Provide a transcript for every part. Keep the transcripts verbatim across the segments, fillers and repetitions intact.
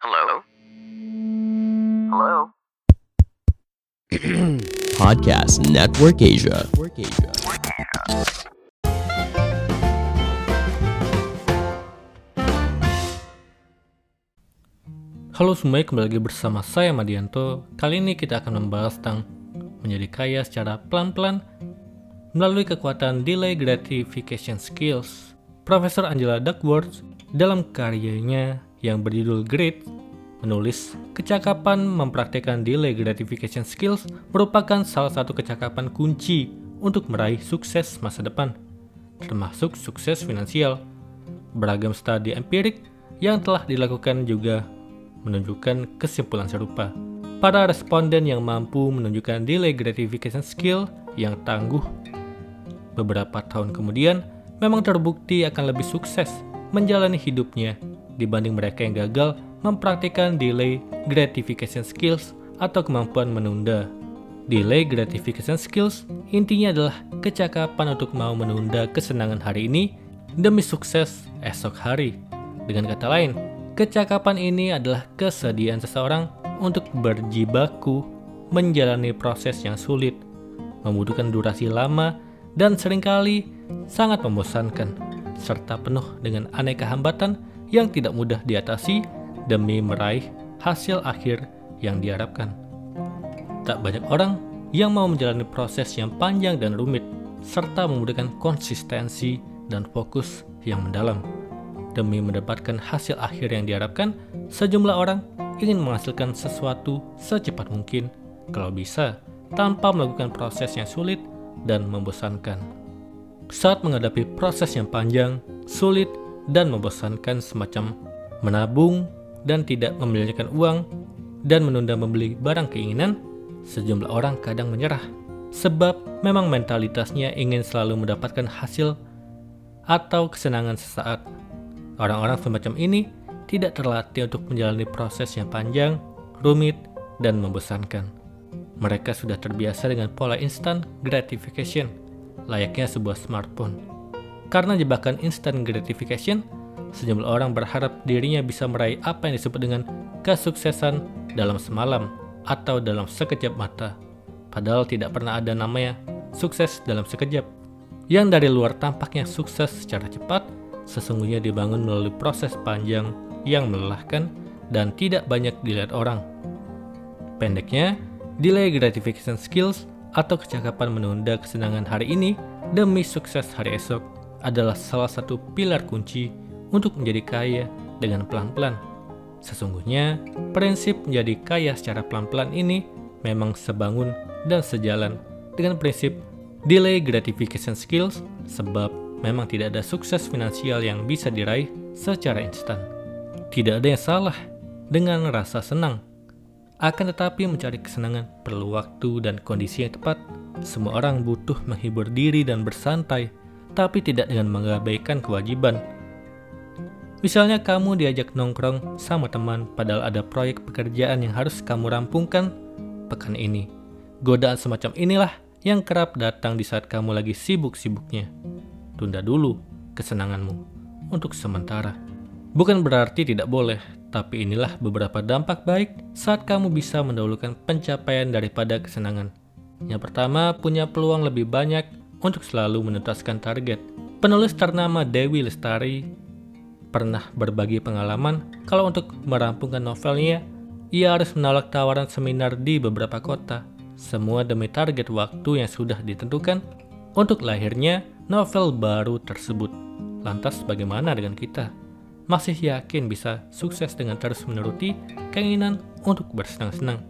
Hello? Hello? Podcast Network Asia. Halo semuanya, kembali lagi bersama saya Madianto. Kali ini kita akan membahas tentang menjadi kaya secara pelan-pelan melalui kekuatan delay gratification skills. Profesor Angela Duckworth dalam karyanya yang berjudul Grit menulis, kecakapan mempraktikkan delay gratification skills merupakan salah satu kecakapan kunci untuk meraih sukses masa depan, termasuk sukses finansial. Beragam studi empirik yang telah dilakukan juga menunjukkan kesimpulan serupa. Para responden yang mampu menunjukkan delay gratification skill yang tangguh beberapa tahun kemudian memang terbukti akan lebih sukses menjalani hidupnya dibanding mereka yang gagal mempraktikkan delay gratification skills atau kemampuan menunda. Delay gratification skills intinya adalah kecakapan untuk mau menunda kesenangan hari ini demi sukses esok hari. Dengan kata lain, kecakapan ini adalah kesediaan seseorang untuk berjibaku menjalani proses yang sulit, membutuhkan durasi lama, dan seringkali sangat membosankan, serta penuh dengan aneka hambatan yang tidak mudah diatasi demi meraih hasil akhir yang diharapkan. Tak banyak orang yang mau menjalani proses yang panjang dan rumit, serta membutuhkan konsistensi dan fokus yang mendalam. Demi mendapatkan hasil akhir yang diharapkan, sejumlah orang ingin menghasilkan sesuatu secepat mungkin, kalau bisa, tanpa melakukan proses yang sulit dan membosankan. Saat menghadapi proses yang panjang, sulit, dan membosankan semacam menabung dan tidak membelanjakan uang dan menunda membeli barang keinginan, sejumlah orang kadang menyerah, sebab memang mentalitasnya ingin selalu mendapatkan hasil atau kesenangan sesaat. Orang-orang semacam ini tidak terlatih untuk menjalani proses yang panjang, rumit, dan membosankan. Mereka sudah terbiasa dengan pola instant gratification, layaknya sebuah smartphone. Karena jebakan instant gratification, sejumlah orang berharap dirinya bisa meraih apa yang disebut dengan kesuksesan dalam semalam atau dalam sekejap mata. Padahal tidak pernah ada namanya sukses dalam sekejap. Yang dari luar tampaknya sukses secara cepat, sesungguhnya dibangun melalui proses panjang yang melelahkan dan tidak banyak dilihat orang. Pendeknya, delay gratification skills atau kecakapan menunda kesenangan hari ini demi sukses hari esok adalah salah satu pilar kunci untuk menjadi kaya dengan pelan-pelan. Sesungguhnya, prinsip menjadi kaya secara pelan-pelan ini memang sebangun dan sejalan dengan prinsip delay gratification skills, sebab memang tidak ada sukses finansial yang bisa diraih secara instan. Tidak ada yang salah dengan rasa senang. Akan tetapi mencari kesenangan perlu waktu dan kondisi yang tepat. Semua orang butuh menghibur diri dan bersantai, tapi tidak dengan mengabaikan kewajiban. Misalnya kamu diajak nongkrong sama teman padahal ada proyek pekerjaan yang harus kamu rampungkan pekan ini. Godaan semacam inilah yang kerap datang di saat kamu lagi sibuk-sibuknya. Tunda dulu kesenanganmu untuk sementara. Bukan berarti tidak boleh, tapi inilah beberapa dampak baik saat kamu bisa mendahulukan pencapaian daripada kesenangan. Yang pertama, punya peluang lebih banyak untuk selalu menuntaskan target. Penulis ternama Dewi Lestari pernah berbagi pengalaman kalau untuk merampungkan novelnya, ia harus menolak tawaran seminar di beberapa kota, semua demi target waktu yang sudah ditentukan untuk lahirnya novel baru tersebut. Lantas bagaimana dengan kita? Masih yakin bisa sukses dengan terus menuruti keinginan untuk bersenang-senang?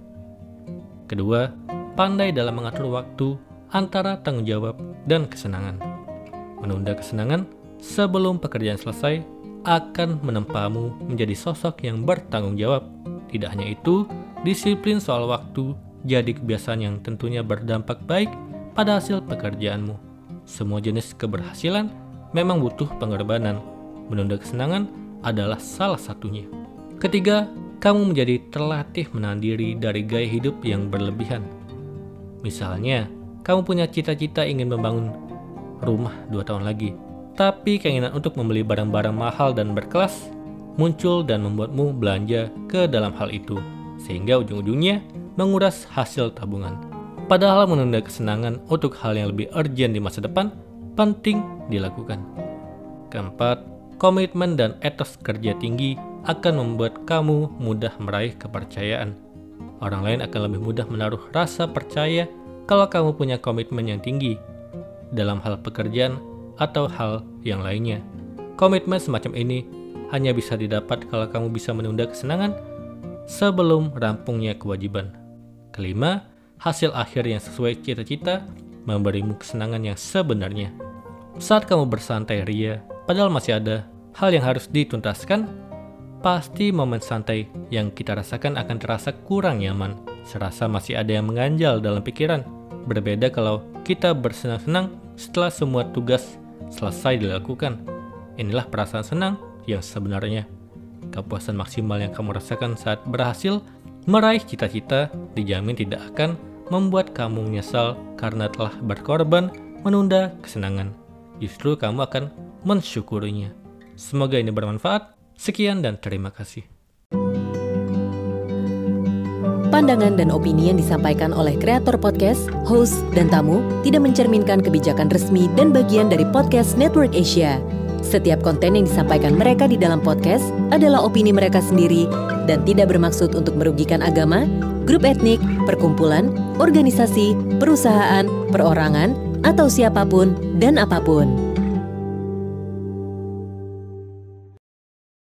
Kedua, pandai dalam mengatur waktu antara tanggung jawab dan kesenangan. Menunda kesenangan sebelum pekerjaan selesai akan menempamu menjadi sosok yang bertanggung jawab. Tidak hanya itu, disiplin soal waktu jadi kebiasaan yang tentunya berdampak baik pada hasil pekerjaanmu. Semua jenis keberhasilan memang butuh pengorbanan. Menunda kesenangan adalah salah satunya. Ketiga, kamu menjadi terlatih menahan diri dari gaya hidup yang berlebihan. Misalnya, kamu punya cita-cita ingin membangun rumah dua tahun lagi, tapi keinginan untuk membeli barang-barang mahal dan berkelas muncul dan membuatmu belanja ke dalam hal itu, sehingga ujung-ujungnya menguras hasil tabungan. Padahal menunda kesenangan untuk hal yang lebih urgent di masa depan penting dilakukan. Keempat, komitmen dan etos kerja tinggi akan membuat kamu mudah meraih kepercayaan. Orang lain akan lebih mudah menaruh rasa percaya kalau kamu punya komitmen yang tinggi dalam hal pekerjaan atau hal yang lainnya. Komitmen semacam ini hanya bisa didapat kalau kamu bisa menunda kesenangan sebelum rampungnya kewajiban. Kelima, hasil akhir yang sesuai cita-cita memberimu kesenangan yang sebenarnya. Saat kamu bersantai ria, padahal masih ada hal yang harus dituntaskan, pasti momen santai yang kita rasakan akan terasa kurang nyaman, serasa masih ada yang mengganjal dalam pikiran. Berbeda kalau kita bersenang-senang setelah semua tugas selesai dilakukan. Inilah perasaan senang yang sebenarnya. Kepuasan maksimal yang kamu rasakan saat berhasil meraih cita-cita dijamin tidak akan membuat kamu menyesal karena telah berkorban menunda kesenangan. Justru kamu akan mensyukurinya. Semoga ini bermanfaat. Sekian dan terima kasih. Pandangan dan opini yang disampaikan oleh kreator podcast, host, dan tamu tidak mencerminkan kebijakan resmi dan bagian dari Podcast Network Asia. Setiap konten yang disampaikan mereka di dalam podcast adalah opini mereka sendiri dan tidak bermaksud untuk merugikan agama, grup etnik, perkumpulan, organisasi, perusahaan, perorangan, atau siapapun dan apapun.